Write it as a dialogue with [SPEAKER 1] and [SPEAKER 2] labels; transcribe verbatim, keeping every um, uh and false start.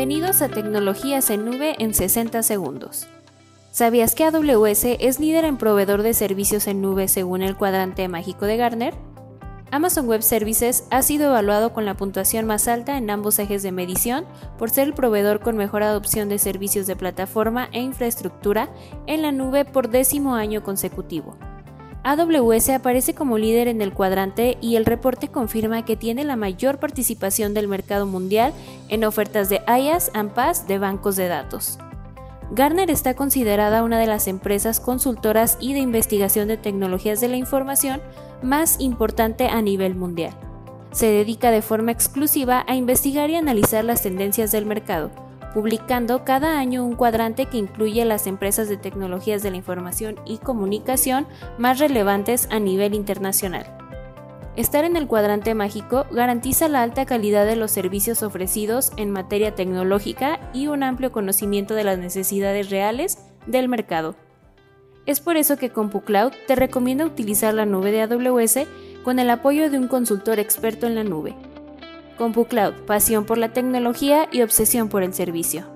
[SPEAKER 1] Bienvenidos a Tecnologías en Nube en sesenta segundos. ¿Sabías que A W S es líder en proveedor de servicios en nube según el cuadrante mágico de Gartner? Amazon Web Services ha sido evaluado con la puntuación más alta en ambos ejes de medición por ser el proveedor con mejor adopción de servicios de plataforma e infraestructura en la nube por décimo año consecutivo. A W S aparece como líder en el cuadrante y el reporte confirma que tiene la mayor participación del mercado mundial en ofertas de IaaS y PaaS de bancos de datos. Gartner está considerada una de las empresas consultoras y de investigación de tecnologías de la información más importante a nivel mundial. Se dedica de forma exclusiva a investigar y analizar las tendencias del mercado, publicando cada año un cuadrante que incluye las empresas de tecnologías de la información y comunicación más relevantes a nivel internacional. Estar en el cuadrante mágico garantiza la alta calidad de los servicios ofrecidos en materia tecnológica y un amplio conocimiento de las necesidades reales del mercado. Es por eso que CompuCloud te recomienda utilizar la nube de A W S con el apoyo de un consultor experto en la nube. CompuCloud, pasión por la tecnología y obsesión por el servicio.